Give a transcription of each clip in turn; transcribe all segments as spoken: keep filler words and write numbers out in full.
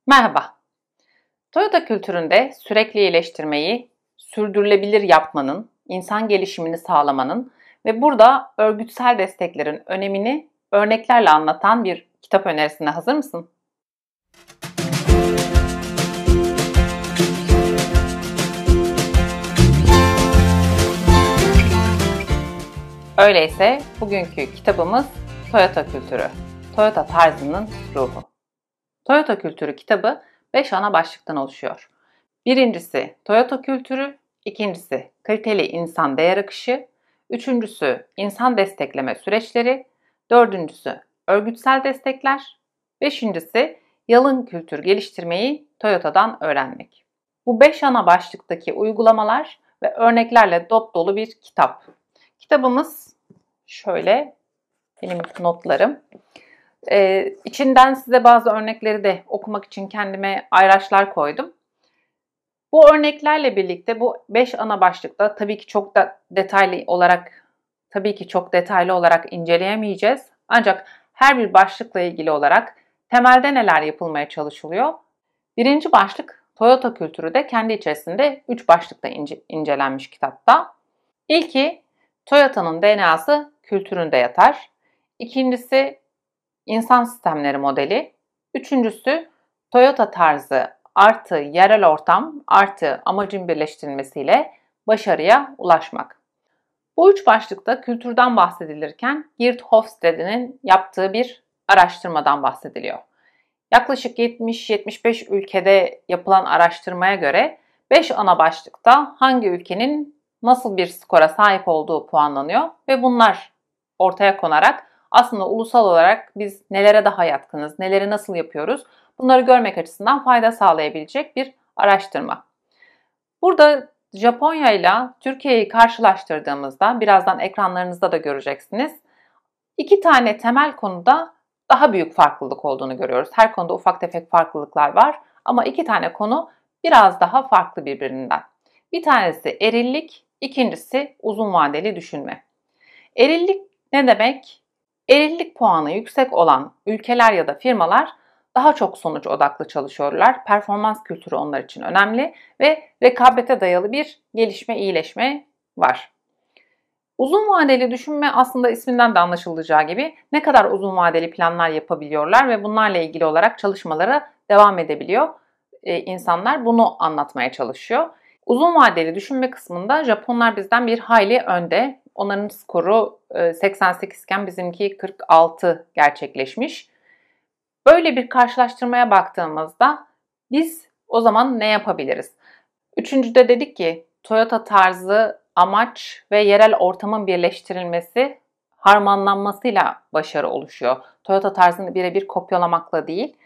Merhaba. Toyota kültüründe sürekli iyileştirmeyi sürdürülebilir yapmanın, insan gelişimini sağlamanın ve burada örgütsel desteklerin önemini örneklerle anlatan bir kitap önerisine hazır mısın? Öyleyse bugünkü kitabımız Toyota Kültürü, Toyota tarzının ruhu. Toyota Kültürü kitabı beş ana başlıktan oluşuyor. Birincisi Toyota kültürü, ikincisi kaliteli insan değer akışı, üçüncüsü insan destekleme süreçleri, dördüncüsü örgütsel destekler, beşincisi yalın kültür geliştirmeyi Toyota'dan öğrenmek. Bu beş ana başlıktaki uygulamalar ve örneklerle dop dolu bir kitap. Kitabımız şöyle, benim notlarım. Ee, içinden size bazı örnekleri de okumak için kendime ayraçlar koydum. Bu örneklerle birlikte bu beş ana başlıkta tabii ki çok da detaylı olarak tabii ki çok detaylı olarak inceleyemeyeceğiz. Ancak her bir başlıkla ilgili olarak temelde neler yapılmaya çalışılıyor? Birinci başlık Toyota kültürü de kendi içerisinde üç başlıkta ince, incelenmiş kitapta. İlki Toyota'nın D N A'sı kültüründe yatar. İkincisi insan sistemleri modeli. Üçüncüsü Toyota tarzı artı yerel ortam artı amacın birleştirilmesiyle başarıya ulaşmak. Bu üç başlıkta kültürden bahsedilirken Geert Hofstede'nin yaptığı bir araştırmadan bahsediliyor. Yaklaşık yetmiş yetmiş beş ülkede yapılan araştırmaya göre beş ana başlıkta hangi ülkenin nasıl bir skora sahip olduğu puanlanıyor ve bunlar ortaya konarak aslında ulusal olarak biz nelere daha yatkınız, neleri nasıl yapıyoruz bunları görmek açısından fayda sağlayabilecek bir araştırma. Burada Japonya ile Türkiye'yi karşılaştırdığımızda birazdan ekranlarınızda da göreceksiniz. İki tane temel konuda daha büyük farklılık olduğunu görüyoruz. Her konuda ufak tefek farklılıklar var ama iki tane konu biraz daha farklı birbirinden. Bir tanesi erillik, ikincisi uzun vadeli düşünme. Erillik ne demek? Erillik puanı yüksek olan ülkeler ya da firmalar daha çok sonuç odaklı çalışıyorlar. Performans kültürü onlar için önemli ve rekabete dayalı bir gelişme, iyileşme var. Uzun vadeli düşünme aslında isminden de anlaşılacağı gibi ne kadar uzun vadeli planlar yapabiliyorlar ve bunlarla ilgili olarak çalışmalara devam edebiliyor. Ee, insanlar bunu anlatmaya çalışıyor. Uzun vadeli düşünme kısmında Japonlar bizden bir hayli önde. Onların skoru seksen sekiz iken bizimki kırk altı gerçekleşmiş. Böyle bir karşılaştırmaya baktığımızda biz o zaman ne yapabiliriz? Üçüncüde dedik ki Toyota tarzı amaç ve yerel ortamın birleştirilmesi, harmanlanmasıyla başarı oluşuyor. Toyota tarzını birebir kopyalamakla değil.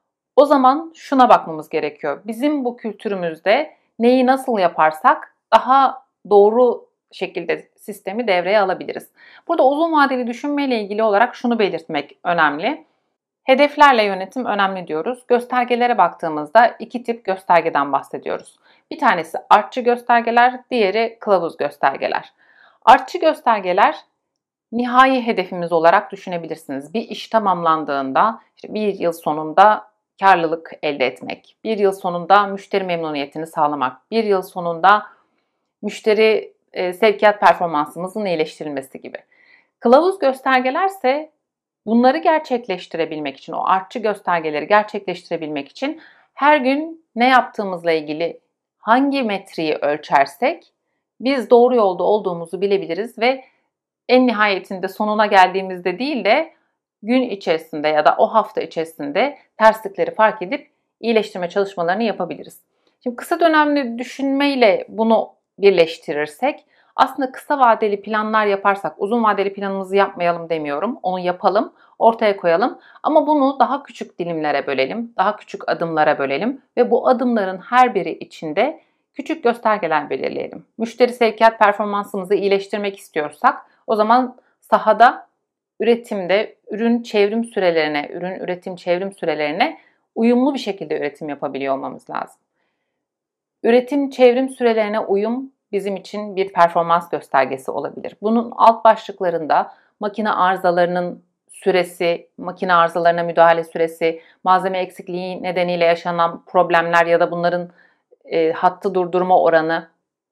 O zaman şuna bakmamız gerekiyor. Bizim bu kültürümüzde neyi nasıl yaparsak daha doğru şekilde sistemi devreye alabiliriz. Burada uzun vadeli düşünmeyle ilgili olarak şunu belirtmek önemli. Hedeflerle yönetim önemli diyoruz. Göstergelere baktığımızda iki tip göstergeden bahsediyoruz. Bir tanesi artçı göstergeler, diğeri kılavuz göstergeler. Artçı göstergeler nihai hedefimiz olarak düşünebilirsiniz. Bir iş tamamlandığında işte bir yıl sonunda karlılık elde etmek, bir yıl sonunda müşteri memnuniyetini sağlamak, bir yıl sonunda müşteri e, sevkiyat performansımızın iyileştirilmesi gibi. Kılavuz göstergelerse bunları gerçekleştirebilmek için, o artçı göstergeleri gerçekleştirebilmek için her gün ne yaptığımızla ilgili hangi metriği ölçersek biz doğru yolda olduğumuzu bilebiliriz ve en nihayetinde sonuna geldiğimizde değil de gün içerisinde ya da o hafta içerisinde terslikleri fark edip iyileştirme çalışmalarını yapabiliriz. Şimdi kısa dönemli düşünmeyle bunu birleştirirsek aslında kısa vadeli planlar yaparsak, uzun vadeli planımızı yapmayalım demiyorum, onu yapalım, ortaya koyalım ama bunu daha küçük dilimlere bölelim, daha küçük adımlara bölelim ve bu adımların her biri içinde küçük göstergeler belirleyelim. Müşteri sevkiyat performansımızı iyileştirmek istiyorsak o zaman sahada, üretimde ürün çevrim sürelerine, ürün üretim çevrim sürelerine uyumlu bir şekilde üretim yapabiliyor olmamız lazım. Üretim çevrim sürelerine uyum bizim için bir performans göstergesi olabilir. Bunun alt başlıklarında makine arızalarının süresi, makine arızalarına müdahale süresi, malzeme eksikliği nedeniyle yaşanan problemler ya da bunların e, hattı durdurma oranı,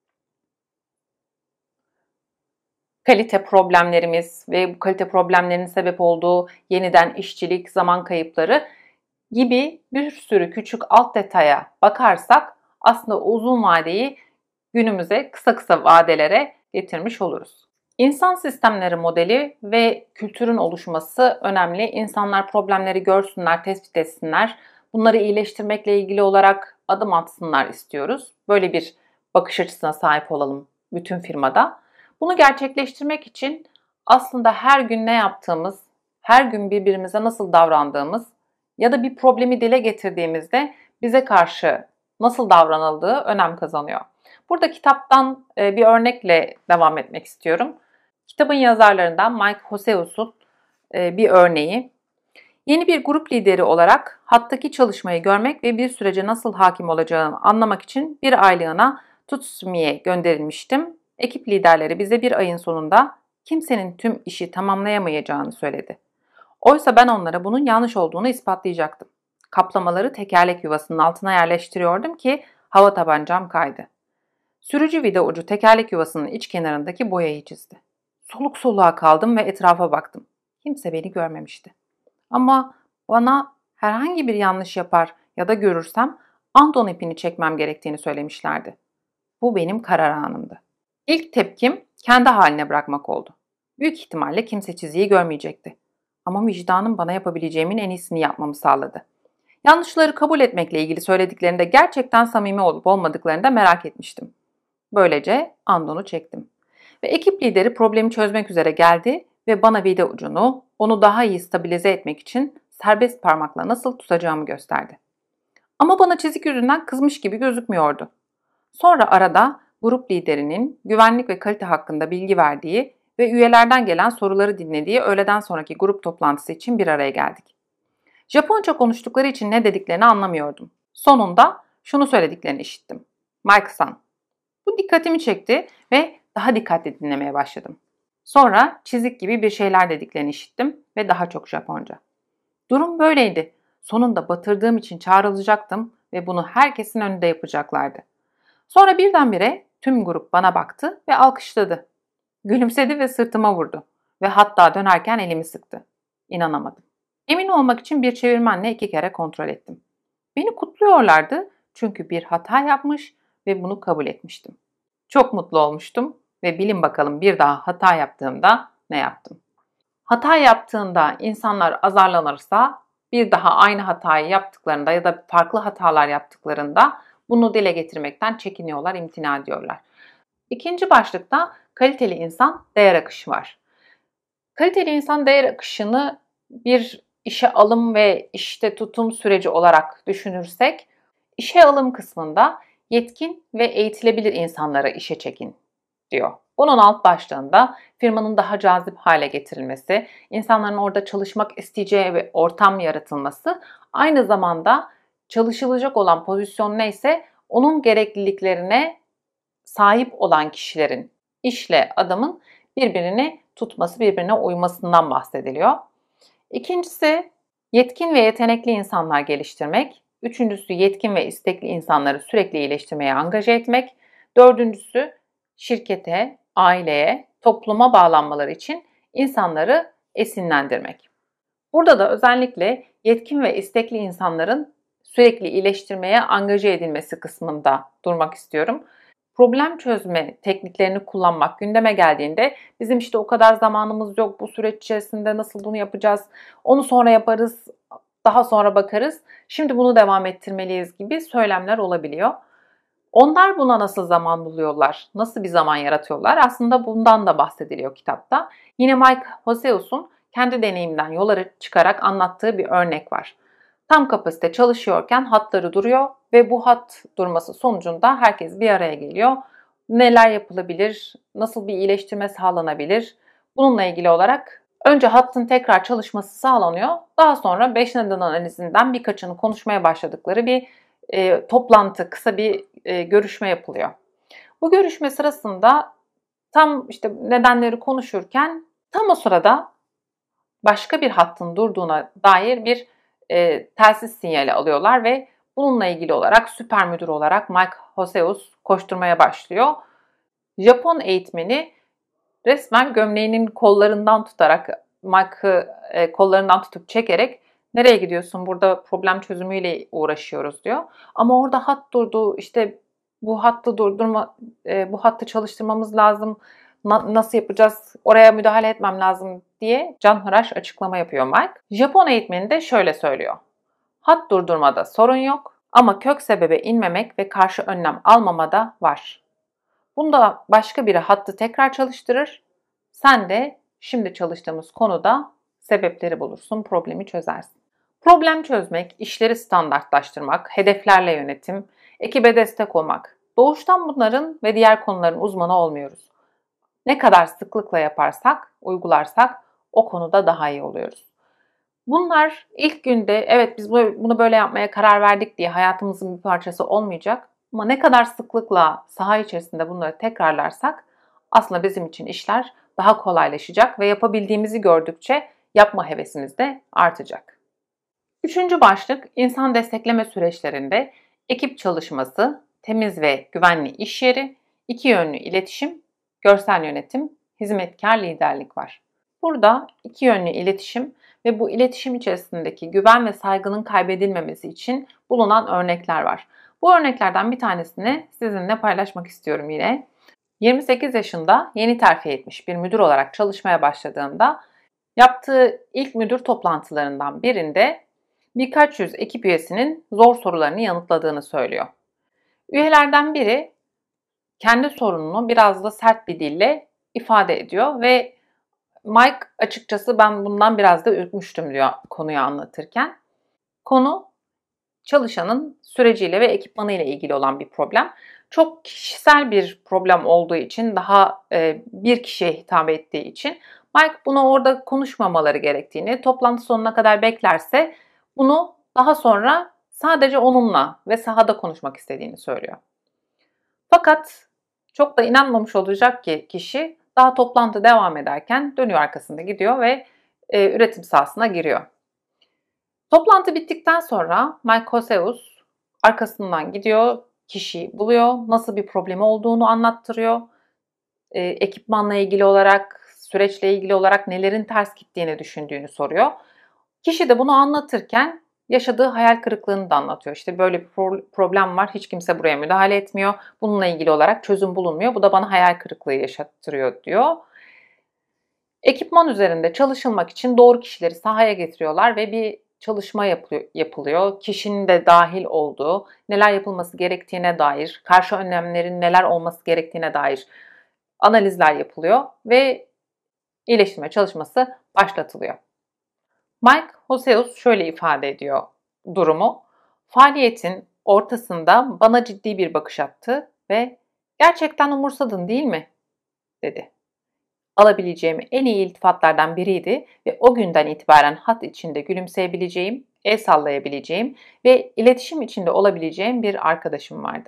kalite problemlerimiz ve bu kalite problemlerinin sebep olduğu yeniden işçilik, zaman kayıpları gibi bir sürü küçük alt detaya bakarsak aslında uzun vadeyi günümüze kısa kısa vadelere getirmiş oluruz. İnsan sistemleri modeli ve kültürün oluşması önemli. İnsanlar problemleri görsünler, tespit etsinler. Bunları iyileştirmekle ilgili olarak adım atsınlar istiyoruz. Böyle bir bakış açısına sahip olalım bütün firmada. Bunu gerçekleştirmek için aslında her gün ne yaptığımız, her gün birbirimize nasıl davrandığımız ya da bir problemi dile getirdiğimizde bize karşı nasıl davranıldığı önem kazanıyor. Burada kitaptan bir örnekle devam etmek istiyorum. Kitabın yazarlarından Mike Hoseus'un bir örneği. Yeni bir grup lideri olarak hattaki çalışmayı görmek ve bir sürece nasıl hakim olacağımı anlamak için bir aylığına Tutsumi'ye gönderilmiştim. Ekip liderleri bize bir ayın sonunda kimsenin tüm işi tamamlayamayacağını söyledi. Oysa ben onlara bunun yanlış olduğunu ispatlayacaktım. Kaplamaları tekerlek yuvasının altına yerleştiriyordum ki hava tabancam kaydı. Sürücü vida ucu tekerlek yuvasının iç kenarındaki boyayı çizdi. Soluk soluğa kaldım ve etrafa baktım. Kimse beni görmemişti. Ama bana herhangi bir yanlış yapar ya da görürsem Anton ipini çekmem gerektiğini söylemişlerdi. Bu benim karar anımdı. İlk tepkim kendi haline bırakmak oldu. Büyük ihtimalle kimse çiziyi görmeyecekti. Ama vicdanım bana yapabileceğimin en iyisini yapmamı sağladı. Yanlışları kabul etmekle ilgili söylediklerinde gerçekten samimi olup olmadıklarını da merak etmiştim. Böylece Andon'u çektim. Ve ekip lideri problemi çözmek üzere geldi ve bana vida ucunu onu daha iyi stabilize etmek için serbest parmakla nasıl tutacağımı gösterdi. Ama bana çizik yüzünden kızmış gibi gözükmüyordu. Sonra arada grup liderinin güvenlik ve kalite hakkında bilgi verdiği ve üyelerden gelen soruları dinlediği öğleden sonraki grup toplantısı için bir araya geldik. Japonca konuştukları için ne dediklerini anlamıyordum. Sonunda şunu söylediklerini işittim. Mike-san. Bu dikkatimi çekti ve daha dikkatli dinlemeye başladım. Sonra çizik gibi bir şeyler dediklerini işittim ve daha çok Japonca. Durum böyleydi. Sonunda batırdığım için çağrılacaktım ve bunu herkesin önünde yapacaklardı. Sonra birdenbire tüm grup bana baktı ve alkışladı. Gülümsedi ve sırtıma vurdu ve hatta dönerken elimi sıktı. İnanamadım. Emin olmak için bir çevirmenle iki kere kontrol ettim. Beni kutluyorlardı çünkü bir hata yapmış ve bunu kabul etmiştim. Çok mutlu olmuştum ve bilin bakalım bir daha hata yaptığımda ne yaptım? Hata yaptığında insanlar azarlanırsa bir daha aynı hatayı yaptıklarında ya da farklı hatalar yaptıklarında bunu dile getirmekten çekiniyorlar, imtina ediyorlar. İkinci başlıkta kaliteli insan değer akışı var. Kaliteli insan değer akışını bir işe alım ve işte tutum süreci olarak düşünürsek, işe alım kısmında yetkin ve eğitilebilir insanlara işe çekin diyor. Bunun alt başlığında firmanın daha cazip hale getirilmesi, insanların orada çalışmak isteyeceği ve ortam yaratılması, aynı zamanda çalışılacak olan pozisyon neyse onun gerekliliklerine sahip olan kişilerin, işle adamın birbirini tutması, birbirine uymasından bahsediliyor. İkincisi yetkin ve yetenekli insanlar geliştirmek. Üçüncüsü yetkin ve istekli insanları sürekli iyileştirmeye angaje etmek. Dördüncüsü şirkete, aileye, topluma bağlanmaları için insanları esinlendirmek. Burada da özellikle yetkin ve istekli insanların sürekli iyileştirmeye angaje edilmesi kısmında durmak istiyorum. Problem çözme tekniklerini kullanmak gündeme geldiğinde bizim işte o kadar zamanımız yok, bu süreç içerisinde nasıl bunu yapacağız, onu sonra yaparız, daha sonra bakarız, şimdi bunu devam ettirmeliyiz gibi söylemler olabiliyor. Onlar buna nasıl zaman buluyorlar, nasıl bir zaman yaratıyorlar? Aslında bundan da bahsediliyor kitapta. Yine Mike Hoseus'un kendi deneyimden yola çıkarak anlattığı bir örnek var. Tam kapasite çalışıyorken hatları duruyor ve bu hat durması sonucunda herkes bir araya geliyor. Neler yapılabilir, nasıl bir iyileştirme sağlanabilir? Bununla ilgili olarak önce hattın tekrar çalışması sağlanıyor. Daha sonra beş neden analizinden birkaçını konuşmaya başladıkları bir e, toplantı, kısa bir e, görüşme yapılıyor. Bu görüşme sırasında tam işte nedenleri konuşurken tam o sırada başka bir hattın durduğuna dair bir e, telsiz sinyali alıyorlar ve bununla ilgili olarak süper müdür olarak Mike Hoseus koşturmaya başlıyor. Japon eğitmeni resmen gömleğinin kollarından tutarak, Mike'ı e, kollarından tutup çekerek nereye gidiyorsun, burada problem çözümüyle uğraşıyoruz diyor. Ama orada hat durdu, işte bu hattı durdurma, e, bu hattı çalıştırmamız lazım, Na- nasıl yapacağız, oraya müdahale etmem lazım diye canhıraş açıklama yapıyor Mike. Japon eğitmeni de şöyle söylüyor. Hat durdurmada sorun yok ama kök sebebe inmemek ve karşı önlem almamada var. Bunda başka biri hattı tekrar çalıştırır. Sen de şimdi çalıştığımız konuda sebepleri bulursun, problemi çözersin. Problem çözmek, işleri standartlaştırmak, hedeflerle yönetim, ekibe destek olmak. Doğuştan bunların ve diğer konuların uzmanı olmuyoruz. Ne kadar sıklıkla yaparsak, uygularsak o konuda daha iyi oluyoruz. Bunlar ilk günde evet biz bunu böyle yapmaya karar verdik diye hayatımızın bir parçası olmayacak. Ama ne kadar sıklıkla saha içerisinde bunları tekrarlarsak aslında bizim için işler daha kolaylaşacak ve yapabildiğimizi gördükçe yapma hevesimiz de artacak. Üçüncü başlık, insan destekleme süreçlerinde ekip çalışması, temiz ve güvenli iş yeri, iki yönlü iletişim, görsel yönetim, hizmetkar liderlik var. Burada iki yönlü iletişim ve bu iletişim içerisindeki güven ve saygının kaybedilmemesi için bulunan örnekler var. Bu örneklerden bir tanesini sizinle paylaşmak istiyorum yine. yirmi sekiz yaşında yeni terfi etmiş bir müdür olarak çalışmaya başladığında yaptığı ilk müdür toplantılarından birinde birkaç yüz ekip üyesinin zor sorularını yanıtladığını söylüyor. Üyelerden biri kendi sorununu biraz da sert bir dille ifade ediyor ve Mike açıkçası ben bundan biraz da ürkmüştüm diyor konuyu anlatırken. Konu çalışanın süreciyle ve ekipmanıyla ilgili olan bir problem. Çok kişisel bir problem olduğu için, daha e, bir kişiye hitap ettiği için Mike bunu orada konuşmamaları gerektiğini, toplantı sonuna kadar beklerse bunu daha sonra sadece onunla ve sahada konuşmak istediğini söylüyor. Fakat çok da inanmamış olacak ki kişi daha toplantı devam ederken dönüyor arkasında gidiyor ve e, üretim sahasına giriyor. Toplantı bittikten sonra Mike Hoseus arkasından gidiyor, kişiyi buluyor, nasıl bir problemi olduğunu anlattırıyor. E, ekipmanla ilgili olarak, süreçle ilgili olarak nelerin ters gittiğini düşündüğünü soruyor. Kişi de bunu anlatırken yaşadığı hayal kırıklığını da anlatıyor. İşte böyle bir problem var, hiç kimse buraya müdahale etmiyor. Bununla ilgili olarak çözüm bulunmuyor. Bu da bana hayal kırıklığı yaşattırıyor diyor. Ekipman üzerinde çalışılmak için doğru kişileri sahaya getiriyorlar ve bir çalışma yapılıyor. Kişinin de dahil olduğu, neler yapılması gerektiğine dair, karşı önlemlerin neler olması gerektiğine dair analizler yapılıyor ve iyileştirme çalışması başlatılıyor. Mike Hoseus şöyle ifade ediyor durumu. Faaliyetin ortasında bana ciddi bir bakış attı ve "Gerçekten umursadın değil mi?" dedi. Alabileceğim en iyi iltifatlardan biriydi ve o günden itibaren hat içinde gülümseyebileceğim, el sallayabileceğim ve iletişim içinde olabileceğim bir arkadaşım vardı.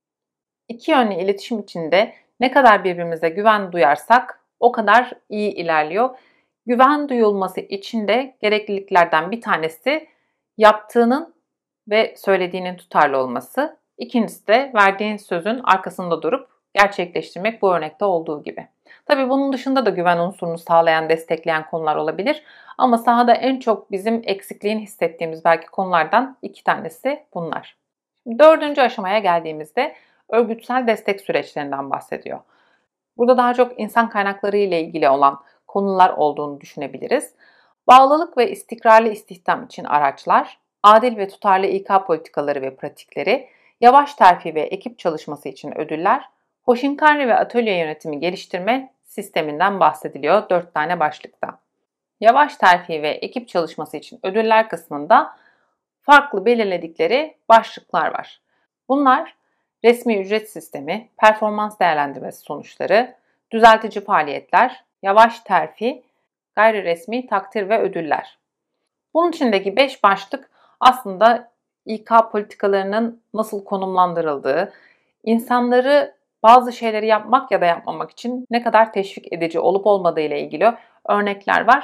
İki yönlü iletişim içinde ne kadar birbirimize güven duyarsak o kadar iyi ilerliyor. Güven duyulması için de gerekliliklerden bir tanesi yaptığının ve söylediğinin tutarlı olması. İkincisi de verdiğin sözün arkasında durup gerçekleştirmek, bu örnekte olduğu gibi. Tabii bunun dışında da güven unsurunu sağlayan, destekleyen konular olabilir. Ama sahada en çok bizim eksikliğini hissettiğimiz belki konulardan iki tanesi bunlar. Dördüncü aşamaya geldiğimizde örgütsel destek süreçlerinden bahsediyor. Burada daha çok insan kaynakları ile ilgili olan konular olduğunu düşünebiliriz. Bağlılık ve istikrarlı istihdam için araçlar, adil ve tutarlı İK politikaları ve pratikleri, yavaş terfi ve ekip çalışması için ödüller, Hoshinkanri ve atölye yönetimi geliştirme sisteminden bahsediliyor dört tane başlıkta. Yavaş terfi ve ekip çalışması için ödüller kısmında farklı belirledikleri başlıklar var. Bunlar resmi ücret sistemi, performans değerlendirmesi sonuçları, düzeltici faaliyetler, yavaş terfi, gayri resmi takdir ve ödüller. Bunun içindeki beş başlık aslında İK politikalarının nasıl konumlandırıldığı, insanları bazı şeyleri yapmak ya da yapmamak için ne kadar teşvik edici olup olmadığı ile ilgili örnekler var.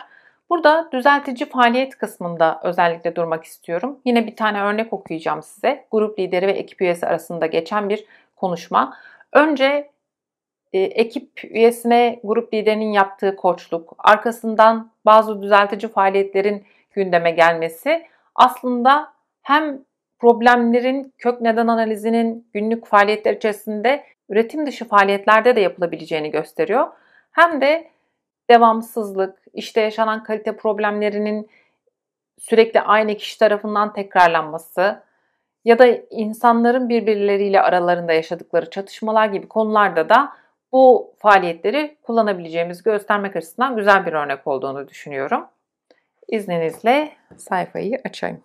Burada düzeltici faaliyet kısmında özellikle durmak istiyorum. Yine bir tane örnek okuyacağım size. Grup lideri ve ekip üyesi arasında geçen bir konuşma. Önce e, ekip üyesine grup liderinin yaptığı koçluk, arkasından bazı düzeltici faaliyetlerin gündeme gelmesi aslında hem problemlerin kök neden analizinin günlük faaliyetler içerisinde üretim dışı faaliyetlerde de yapılabileceğini gösteriyor. Hem de devamsızlık, işte yaşanan kalite problemlerinin sürekli aynı kişi tarafından tekrarlanması ya da insanların birbirleriyle aralarında yaşadıkları çatışmalar gibi konularda da bu faaliyetleri kullanabileceğimizi göstermek açısından güzel bir örnek olduğunu düşünüyorum. İzninizle sayfayı açayım.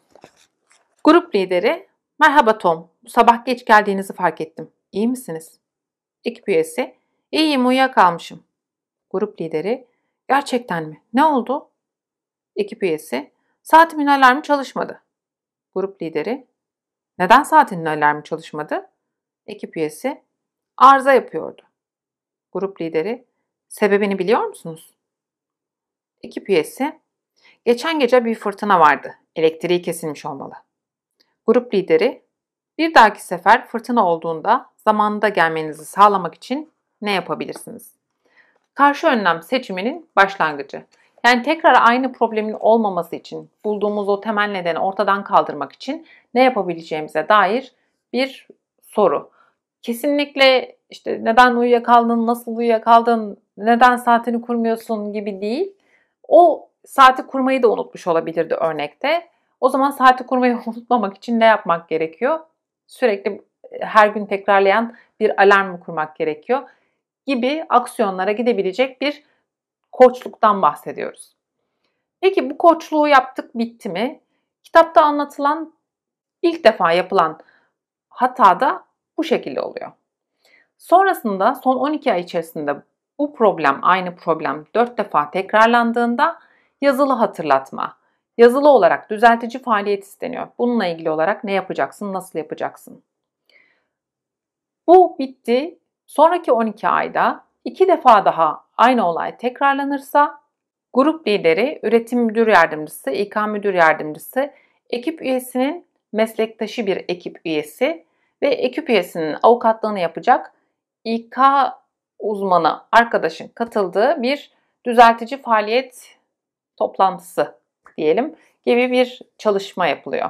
Grup lideri, merhaba Tom, bu sabah geç geldiğinizi fark ettim. İyi misiniz? Ekip üyesi, iyiyim, uyuyakalmışım. Grup lideri, gerçekten mi? Ne oldu? Ekip üyesi, saatimin alarmı çalışmadı. Grup lideri, neden saatinin alarmı çalışmadı? Ekip üyesi, arıza yapıyordu. Grup lideri, sebebini biliyor musunuz? Ekip üyesi, geçen gece bir fırtına vardı. Elektriği kesilmiş olmalı. Grup lideri, bir dahaki sefer fırtına olduğunda zamanında gelmenizi sağlamak için ne yapabilirsiniz? Karşı önlem seçiminin başlangıcı. Yani tekrar aynı problemin olmaması için, bulduğumuz o temel nedeni ortadan kaldırmak için ne yapabileceğimize dair bir soru. Kesinlikle işte neden uyuyakaldın, nasıl uyuyakaldın, neden saatini kurmuyorsun gibi değil. O saati kurmayı da unutmuş olabilirdi örnekte. O zaman saati kurmayı unutmamak için ne yapmak gerekiyor? Sürekli her gün tekrarlayan bir alarm mı kurmak gerekiyor? Gibi aksiyonlara gidebilecek bir koçluktan bahsediyoruz. Peki bu koçluğu yaptık, bitti mi? Kitapta anlatılan ilk defa yapılan hata da bu şekilde oluyor. Sonrasında son on iki ay içerisinde bu problem, aynı problem dört defa tekrarlandığında yazılı hatırlatma, yazılı olarak düzeltici faaliyet isteniyor. Bununla ilgili olarak ne yapacaksın, nasıl yapacaksın? Bu bitti. Sonraki on iki ayda iki defa daha aynı olay tekrarlanırsa grup lideri, üretim müdür yardımcısı, İK müdür yardımcısı, ekip üyesinin meslektaşı bir ekip üyesi ve ekip üyesinin avukatlığını yapacak İK uzmanı arkadaşın katıldığı bir düzeltici faaliyet toplantısı diyelim gibi bir çalışma yapılıyor.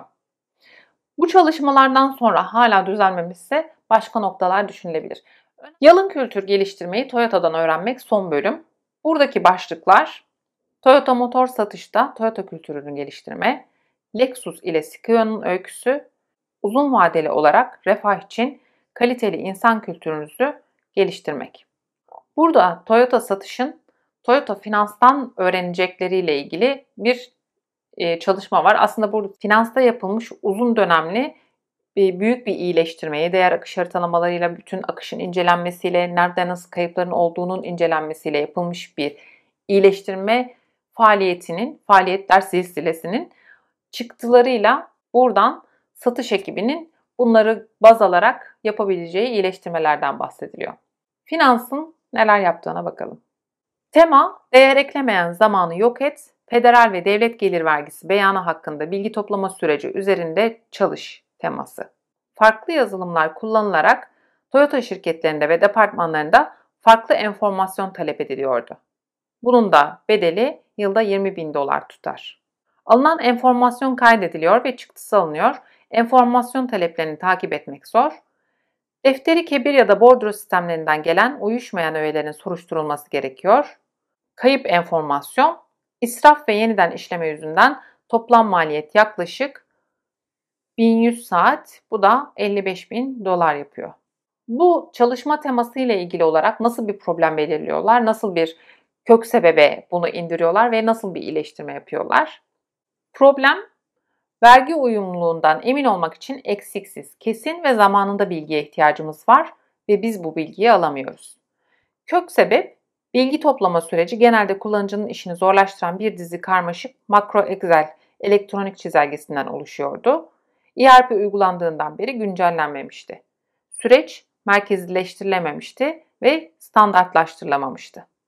Bu çalışmalardan sonra hala düzelmemişse başka noktalar düşünülebilir. Yalın kültür geliştirmeyi Toyota'dan öğrenmek son bölüm. Buradaki başlıklar Toyota motor satışta Toyota kültürünü geliştirme, Lexus ile Scania'nın öyküsü, uzun vadeli olarak refah için kaliteli insan kültürünüzü geliştirmek. Burada Toyota satışın Toyota Finans'tan öğrenecekleriyle ilgili bir e, çalışma var. Aslında burada finansta yapılmış uzun dönemli bir, büyük bir iyileştirmeyi, değer akış haritalamalarıyla bütün akışın incelenmesiyle, nerede nasıl kayıpların olduğunun incelenmesiyle yapılmış bir iyileştirme faaliyetinin, faaliyetler silsilesinin çıktılarıyla buradan satış ekibinin bunları baz alarak yapabileceği iyileştirmelerden bahsediliyor. Finansın neler yaptığına bakalım. Tema, değer eklemeyen zamanı yok et, federal ve devlet gelir vergisi beyanı hakkında bilgi toplama süreci üzerinde çalış teması. Farklı yazılımlar kullanılarak Toyota şirketlerinde ve departmanlarında farklı enformasyon talep ediliyordu. Bunun da bedeli yılda yirmi bin dolar tutar. Alınan enformasyon kaydediliyor ve çıktısı alınıyor. Enformasyon taleplerini takip etmek zor. Defteri kebir ya da bordro sistemlerinden gelen uyuşmayan öğelerin soruşturulması gerekiyor. Kayıp enformasyon, israf ve yeniden işleme yüzünden toplam maliyet yaklaşık bin yüz saat, bu da elli beş bin dolar yapıyor. Bu çalışma teması ile ilgili olarak nasıl bir problem belirliyorlar, nasıl bir kök sebebe bunu indiriyorlar ve nasıl bir iyileştirme yapıyorlar? Problem, vergi uyumluluğundan emin olmak için eksiksiz, kesin ve zamanında bilgiye ihtiyacımız var ve biz bu bilgiyi alamıyoruz. Kök sebep, bilgi toplama süreci genelde kullanıcının işini zorlaştıran bir dizi karmaşık makro Excel elektronik çizelgesinden oluşuyordu. E R P uygulandığından beri güncellenmemişti. Süreç merkezileştirilememişti ve standartlaştırılamamıştı.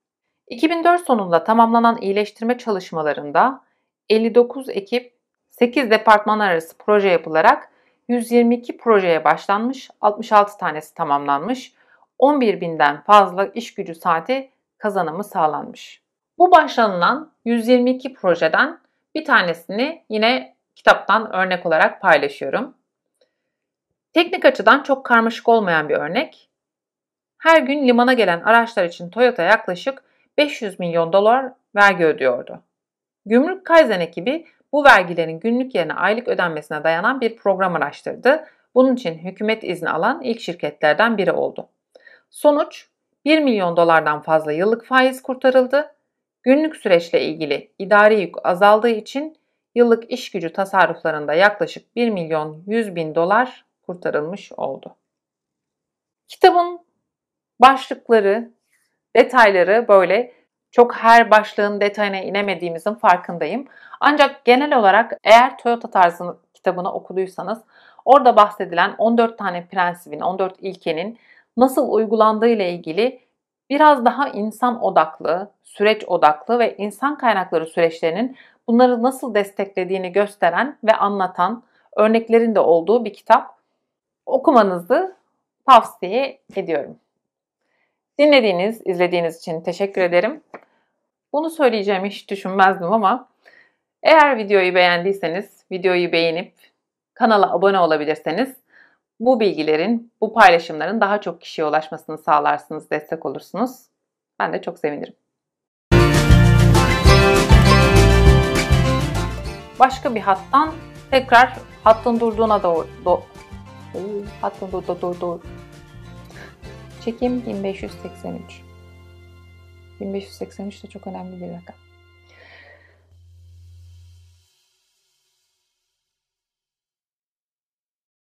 iki bin dört sonunda tamamlanan iyileştirme çalışmalarında elli dokuz ekip, sekiz departman arası proje yapılarak yüz yirmi iki projeye başlanmış, altmış altı tanesi tamamlanmış, on bir binden fazla iş gücü saati kazanımı sağlanmış. Bu başlanılan yüz yirmi iki projeden bir tanesini yine kitaptan örnek olarak paylaşıyorum. Teknik açıdan çok karmaşık olmayan bir örnek. Her gün limana gelen araçlar için Toyota yaklaşık beş yüz milyon dolar vergi ödüyordu. Gümrük Kaizen ekibi bu vergilerin günlük yerine aylık ödenmesine dayanan bir program araştırdı. Bunun için hükümet izni alan ilk şirketlerden biri oldu. Sonuç, bir milyon dolardan fazla yıllık faiz kurtarıldı. Günlük süreçle ilgili idari yük azaldığı için yıllık iş gücü tasarruflarında yaklaşık bir milyon yüz bin dolar kurtarılmış oldu. Kitabın başlıkları, detayları böyle çok her başlığın detayına inemediğimizin farkındayım. Ancak genel olarak eğer Toyota tarzı kitabını okuduysanız orada bahsedilen on dört tane prensibin, on dört ilkenin nasıl uygulandığı ile ilgili biraz daha insan odaklı, süreç odaklı ve insan kaynakları süreçlerinin bunları nasıl desteklediğini gösteren ve anlatan örneklerin de olduğu bir kitap. Okumanızı tavsiye ediyorum. Dinlediğiniz, izlediğiniz için teşekkür ederim. Bunu söyleyeceğimi hiç düşünmezdim ama eğer videoyu beğendiyseniz videoyu beğenip kanala abone olabilirseniz bu bilgilerin, bu paylaşımların daha çok kişiye ulaşmasını sağlarsınız, destek olursunuz. Ben de çok sevinirim. Başka bir hattan tekrar hattın durduğuna doğru do, hattın durduğuna doğru, doğru. Çekim bin beş yüz seksen üç. bin beş yüz seksen üç de çok önemli bir rakam.